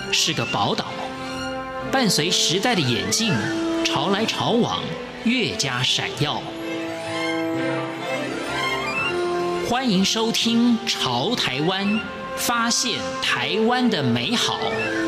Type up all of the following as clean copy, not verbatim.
是个宝岛，伴随时代的演进，潮来潮往，越加闪耀。欢迎收听《潮台湾》，发现台湾的美好。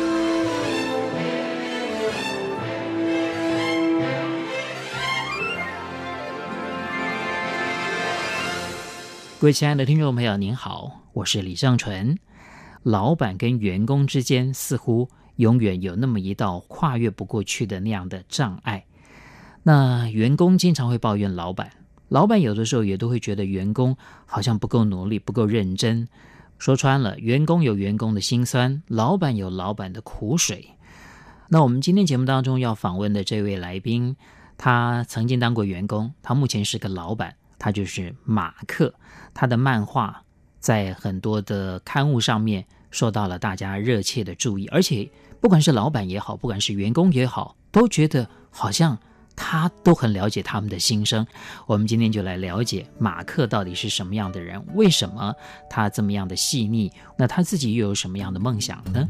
各位亲爱的听众朋友，您好，我是李尚纯。老板跟员工之间似乎永远有那么一道跨越不过去的那样的障碍。那员工经常会抱怨老板，老板有的时候也都会觉得员工好像不够努力，不够认真。说穿了，员工有员工的辛酸，老板有老板的苦水。那我们今天节目当中要访问的这位来宾，他曾经当过员工，他目前是个老板，他就是马克。他的漫画在很多的刊物上面受到了大家热切的注意，而且不管是老板也好，不管是员工也好，都觉得好像他都很了解他们的心声。我们今天就来了解马克到底是什么样的人，为什么他这么样的细腻，那他自己又有什么样的梦想呢？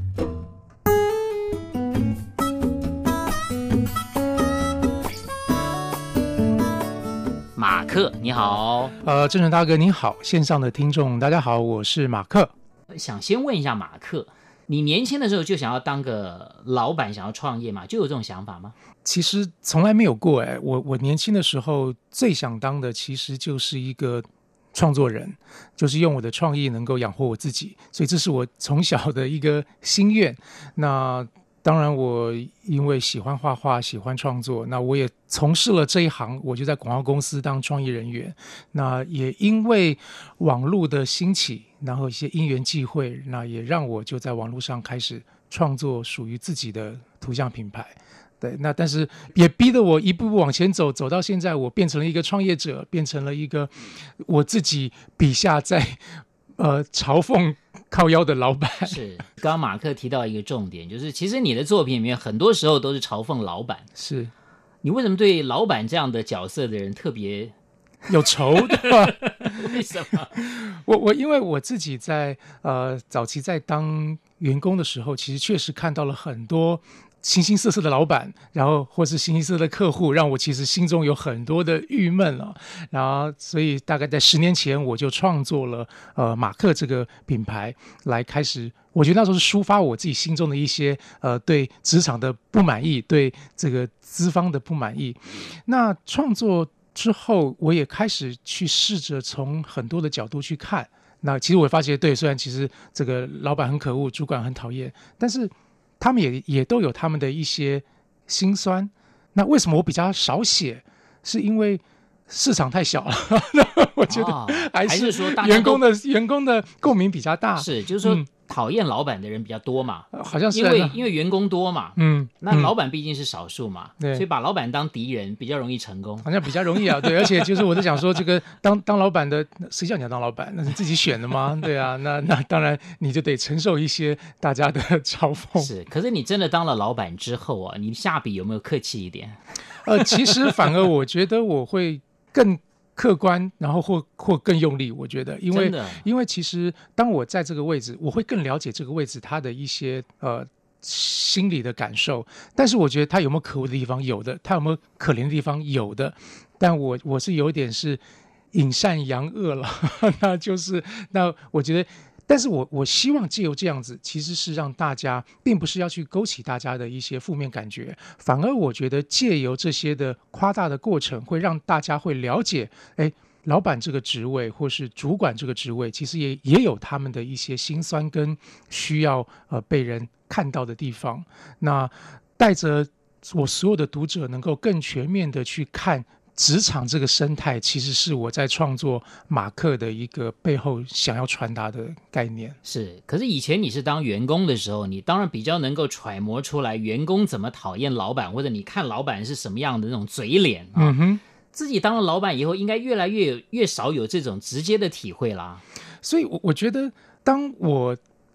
马克你好。 郑成大哥你好，线上的听众大家好，我是马克。 想先问一下马克，你年轻的时候就想要当个老板，想要创业吗？就有这种想法吗？ 其实从来没有过我年轻的时候最想当的其实就是一个创作人，就是用我的创意能够养活我自己，所以这是我从小的一个心愿。那当然我因为喜欢画画，喜欢创作，那我也从事了这一行，我就在广告公司当创意人员。那也因为网络的兴起，然后一些因缘际会，那也让我就在网络上开始创作属于自己的图像品牌。对，那但是也逼得我一步步往前走，走到现在我变成了一个创业者，变成了一个我自己笔下在嘲讽靠腰的老板。 是，刚刚马克提到一个重点，就是其实你的作品里面很多时候都是嘲讽老板。 是， 你为什么对老板这样的角色的人特别有仇的？ 为什么？ 我因为我自己在早期在当员工的时候，其实确实看到了很多形形色色的老板，然后或是形形色色的客户，让我其实心中有很多的郁闷了。然后所以大概在10年前我就创作了马克这个品牌，来开始我觉得那时候是抒发我自己心中的一些对职场的不满意，对这个资方的不满意。那创作之后我也开始去试着从很多的角度去看，那其实我发现对，虽然其实这个老板很可恶，主管很讨厌，但是他们也都有他们的一些辛酸。那为什么我比较少写？是因为市场太小了我觉得还是说员工的共鸣比较大。 是，就是说讨厌老板的人比较多嘛， 好像是因为员工多嘛，那老板毕竟是少数嘛，所以把老板当敌人比较容易成功， 好像比较容易啊。对，而且就是我在想说，这个当老板的，谁叫你要当老板？那是自己选的吗？对啊，那当然你就得承受一些大家的嘲讽。 是，可是你真的当了老板之后啊，你下笔有没有客气一点？ 其实反而我觉得我会更客观，然后或更用力。我觉得因为其实当我在这个位置，我会更了解这个位置他的一些心理的感受。但是我觉得他有没有可恶的地方？有的。他有没有可怜的地方？有的。但我是有点是隐善扬恶了那我觉得，但是我希望藉由这样子，其实是让大家并不是要去勾起大家的一些负面感觉，反而我觉得借由这些的夸大的过程，会让大家会了解，老板这个职位或是主管这个职位，其实也有他们的一些辛酸跟需要被人看到的地方。那带着我所有的读者能够更全面的去看职场这个生态，其实是我在创作马克的一个背后想要传达的概念。 是，可是以前你是当员工的时候，你当然比较能够揣摩出来员工怎么讨厌老板，或者你看老板是什么样的那种嘴脸自己当了老板以后，应该越来越少有这种直接的体会啦。 所以我觉得当我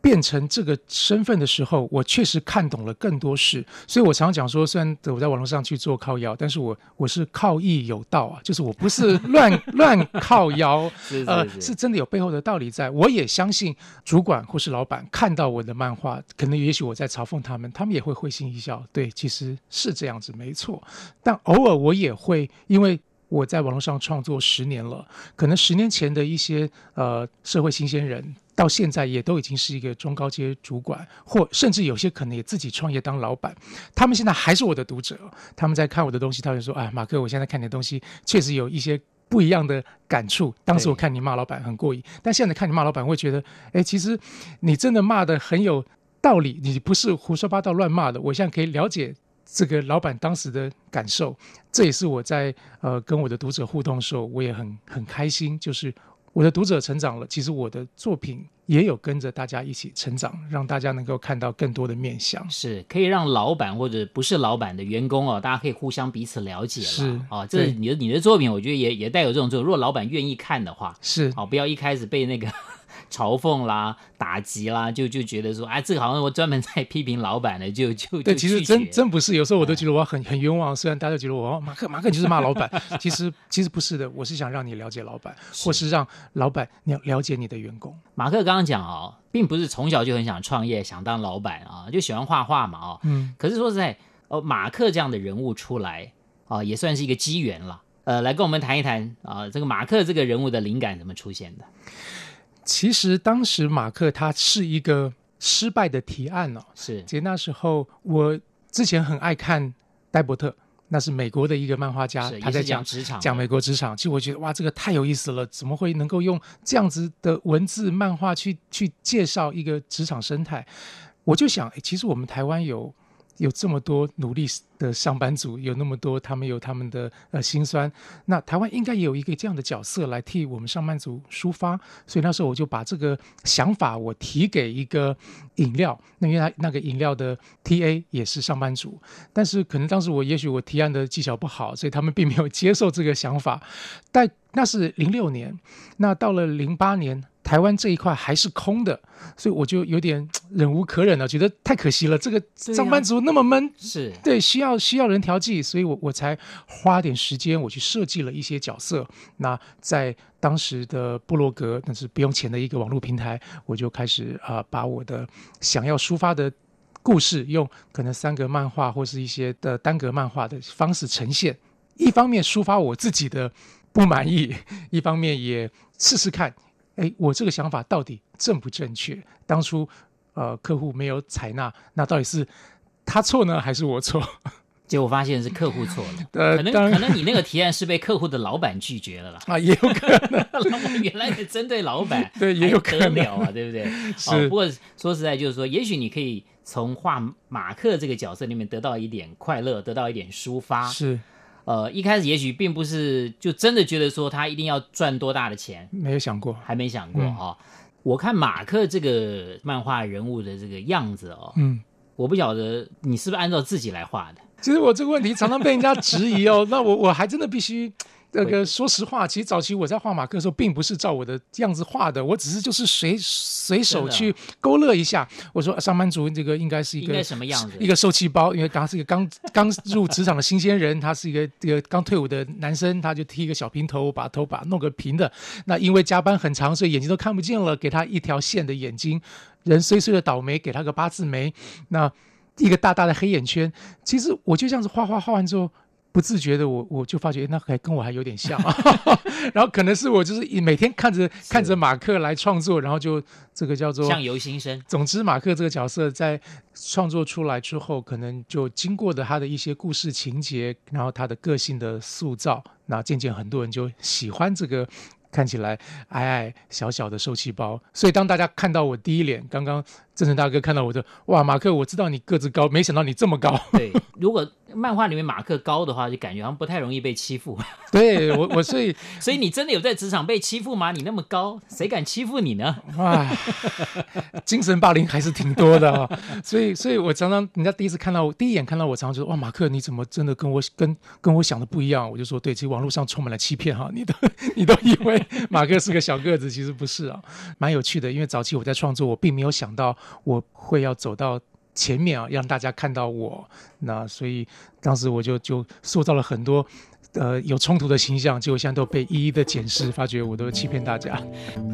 变成这个身份的时候，我确实看懂了更多事。所以我常常讲说，虽然我在网络上去做靠腰，但是我是靠义有道啊，就是我不是乱靠腰是真的有背后的道理在。我也相信主管或是老板看到我的漫画，可能也许我在嘲讽他们也会会心一笑，对，其实是这样子没错。但偶尔我也会，因为我在网络上创作10年了，可能10年前的一些社会新鲜人到现在也都已经是一个中高阶主管，或甚至有些可能也自己创业当老板，他们现在还是我的读者，他们在看我的东西，他会说啊，马克，我现在看你的东西确实有一些不一样的感触，当时我看你骂老板很过瘾，但现在看你骂老板会觉得其实你真的骂得很有道理，你不是胡说八道乱骂的，我现在可以了解这个老板当时的感受。这也是我在跟我的读者互动的时候，我也很开心，就是我的读者成长了，其实我的作品也有跟着大家一起成长，让大家能够看到更多的面向， 是可以让老板或者不是老板的员工大家可以互相彼此了解了。 是这你的作品我觉得也带有这种作用，如果老板愿意看的话， 是不要一开始被那个嘲讽啦、打击啦，就觉得说，这个好像我专门在批评老板的，就对，其实真不是。有时候我都觉得我很冤枉，虽然大家觉得我马克你就是骂老板，其实不是的，我是想让你了解老板，或是让老板了解你的员工。 马克刚刚讲并不是从小就很想创业、想当老板就喜欢画画嘛可是说实在，马克这样的人物出来也算是一个机缘了。来跟我们谈一谈这个马克这个人物的灵感怎么出现的？ 其实当时马克他是一个失败的提案是。 其实那时候我之前很爱看戴伯特，那是美国的一个漫画家，他在讲美国职场。其实我觉得哇，这个太有意思了，怎么会能够用这样子的文字漫画去介绍一个职场生态？我就想，其实我们台湾有这么多努力的上班族，有那么多他们有他们的辛酸，那台湾应该也有一个这样的角色来替我们上班族抒发。所以那时候我就把这个想法我提给一个饮料，因为那个饮料的 TA 也是上班族，但是可能当时也许我提案的技巧不好，所以他们并没有接受这个想法。但那是06年，那到了08年台湾这一块还是空的，所以我就有点忍无可忍了，觉得太可惜了，这个上班族那么闷， 是对，需要人调剂，所以我才花点时间我去设计了一些角色。那在当时的部落格，那是不用钱的一个网络平台，我就开始把我的想要抒发的故事用可能3格漫画或是一些的单格漫画的方式呈现，一方面抒发我自己的不满意，一方面也试试看我这个想法到底正不正确？当初客户没有采纳，那到底是他错呢，还是我错？ 结果发现是客户错了，可能你那个提案是被客户的老板拒绝了啦。 也有可能。 老板原来是针对老板， 对，也有可能得了对不对？ 是。 不过说实在，就是说，也许你可以从画马克这个角色里面得到一点快乐，得到一点抒发。 是。 一开始也许并不是就真的觉得说他一定要赚多大的钱， 没有想过， 还没想过我看马克这个漫画人物的这个样子我不晓得你是不是按照自己来画的。 其实我这个问题常常被人家质疑那我还真的必须说实话，其实早期我在画马克的时候并不是照我的样子画的，我只是就是随手去勾勒一下。我说上班族这个应该是一个什么样子， 一个受气包，因为他是一个刚入职场的新鲜人，他是一个刚退伍的男生，他就剃一个小平头，把头发弄个平的。那因为加班很长，所以眼睛都看不见了，给他一条线的眼睛。人衰衰的倒霉，给他个8字眉，那一个大大的黑眼圈。其实我就这样子画完之后，不自觉的我就发觉那还跟我还有点像然后可能是我就是每天看着马克来创作，然后就这个叫做相由心生。 总之马克这个角色在创作出来之后，可能就经过的他的一些故事情节，然后他的个性的塑造，那渐渐很多人就喜欢这个看起来矮矮小小的受气包。所以当大家看到我第一脸刚刚正成大哥看到我就哇，马克，我知道你个子高，没想到你这么高。 对，如果漫画里面马克高的话，就感觉好像不太容易被欺负。 对，我所以你真的有在职场被欺负吗？你那么高，谁敢欺负你呢？ 哇，精神霸凌还是挺多的啊。所以我常常人家第一眼看到我，常常就说哇，马克你怎么真的跟我想的不一样？我就说对，其实网络上充满了欺骗哈，你都以为马克是个小个子，其实不是啊，蛮有趣的。因为早期我在创作，我并没有想到我会要走到前面啊，让大家看到我。那所以当时我就塑造了很多有冲突的形象，结果现在都被一一的检视，发觉我都欺骗大家。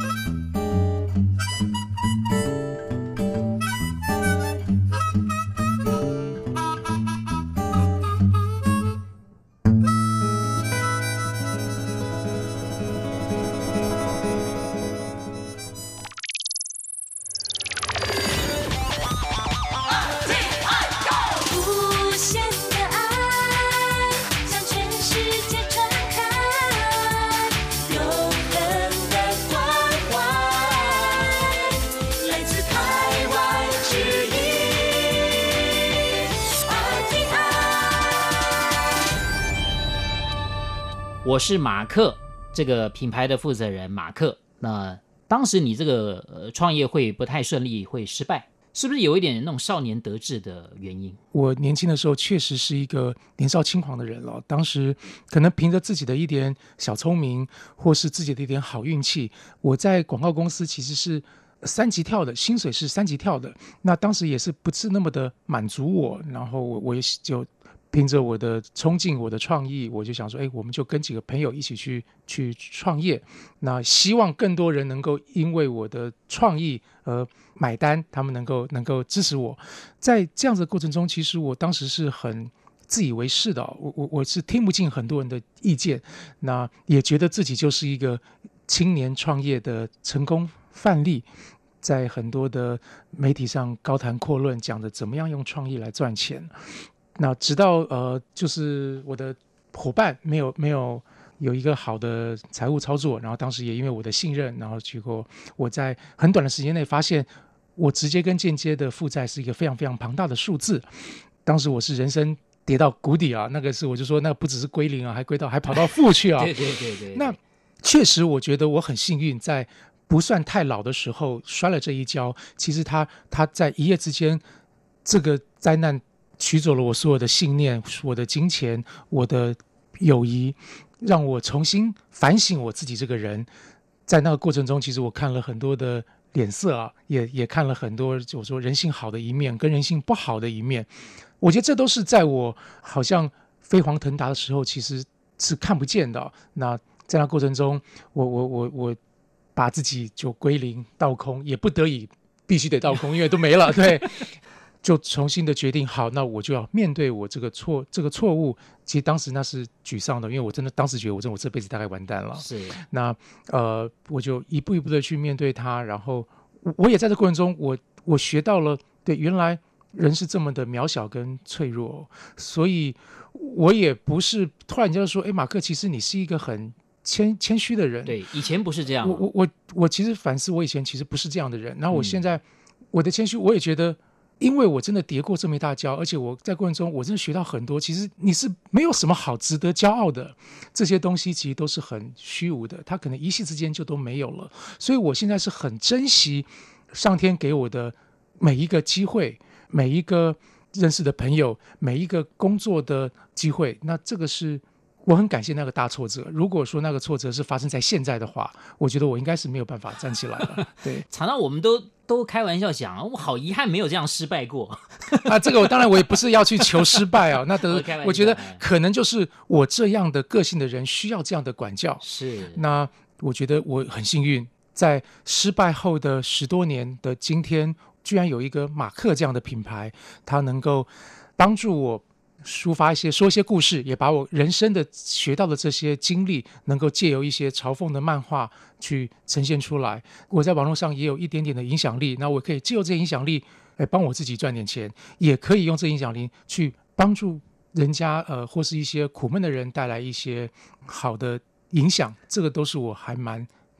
我是马克这个品牌的负责人马克。那当时你这个创业会不太顺利，会失败，是不是有一点那种少年得志的原因？ 我年轻的时候确实是一个年少轻狂的人了，当时可能凭着自己的一点小聪明，或是自己的一点好运气，我在广告公司其实是3级跳的，薪水是3级跳的。那当时也是不是那么的满足我，然后我也就凭着我的冲劲，我的创意，我就想说，我们就跟几个朋友一起去创业。那希望更多人能够因为我的创意而买单，他们能够支持我。在这样子的过程中，其实我当时是很自以为是的，我是听不进很多人的意见，那也觉得自己就是一个青年创业的成功范例，在很多的媒体上高谈阔论，讲着怎么样用创意来赚钱。那直到就是我的伙伴没有一个好的财务操作，然后当时也因为我的信任，然后结果我在很短的时间内发现，我直接跟间接的负债是一个非常非常庞大的数字。当时我是人生跌到谷底啊，那个是我就说那不只是归零啊，还跑到负去啊。 对。 那确实我觉得我很幸运，在不算太老的时候摔了这一跤。其实他在一夜之间，这个灾难取走了我所有的信念，我的金钱，我的友谊，让我重新反省我自己这个人。在那个过程中，其实我看了很多的脸色啊，也看了很多我说人性好的一面跟人性不好的一面。我觉得这都是在我好像飞黄腾达的时候其实是看不见的。那在那过程中，我把自己就归零倒空，也不得已必须得倒空，因为都没了。对，就重新的决定，好，那我就要面对我这个错误。其实当时那是沮丧的，因为我真的当时觉得我这辈子大概完蛋了。 是， 那我就一步一步的去面对它，然后我也在这过程中，我学到了，对，原来人是这么的渺小跟脆弱，所以我也不是突然间说，马克，其实你是一个很谦虚的人。 对，以前不是这样。 我其实反思，我以前其实不是这样的人。然后我现在我的谦虚，我也觉得。因为我真的跌过这么一大跤，而且我在过程中我真的学到很多，其实你是没有什么好值得骄傲的，这些东西其实都是很虚无的，它可能一夕之间就都没有了。所以我现在是很珍惜上天给我的每一个机会，每一个认识的朋友，每一个工作的机会。那这个是我很感谢那个大挫折。如果说那个挫折是发生在现在的话，我觉得我应该是没有办法站起来了。对， 常常我们都开玩笑讲，我好遗憾没有这样失败过啊。这个当然我也不是要去求失败啊，那我觉得可能就是我这样的个性的人需要这样的管教。 是， 那我觉得我很幸运，在失败后的10多年的今天，居然有一个马克这样的品牌，它能够帮助我抒发说一些故事，也把我人生的学到的这些经历能够借由一些嘲讽的漫画去呈现出来。我在网络上也有一点点的影响力，那我可以借由这些影响力帮我自己赚点钱，也可以用这影响力去帮助人家或是一些苦闷的人带来一些好的影响。这个都是我还蛮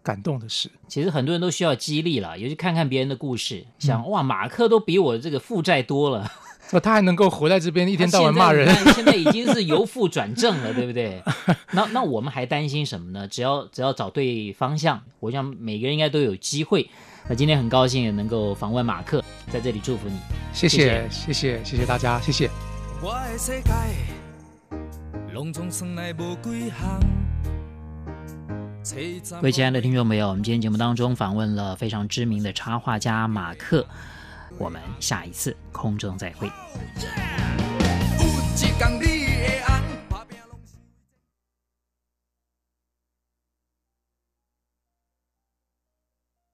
感动的事。 其实很多人都需要激励了，尤其看看别人的故事，想哇，马克都比我这个负债多了。 他还能够活在这边一天到晚骂人， 现在已经是由负转正了，对不对？那我们还担心什么呢？只要找对方向，我想每个人应该都有机会。那今天很高兴能够访问马克，在这里祝福你。 谢谢大家，谢谢。 我的世界拢总算来无几项。 各位亲爱的听众朋友，我们今天节目当中访问了非常知名的插画家马克，我们下一次空中再会。有一天你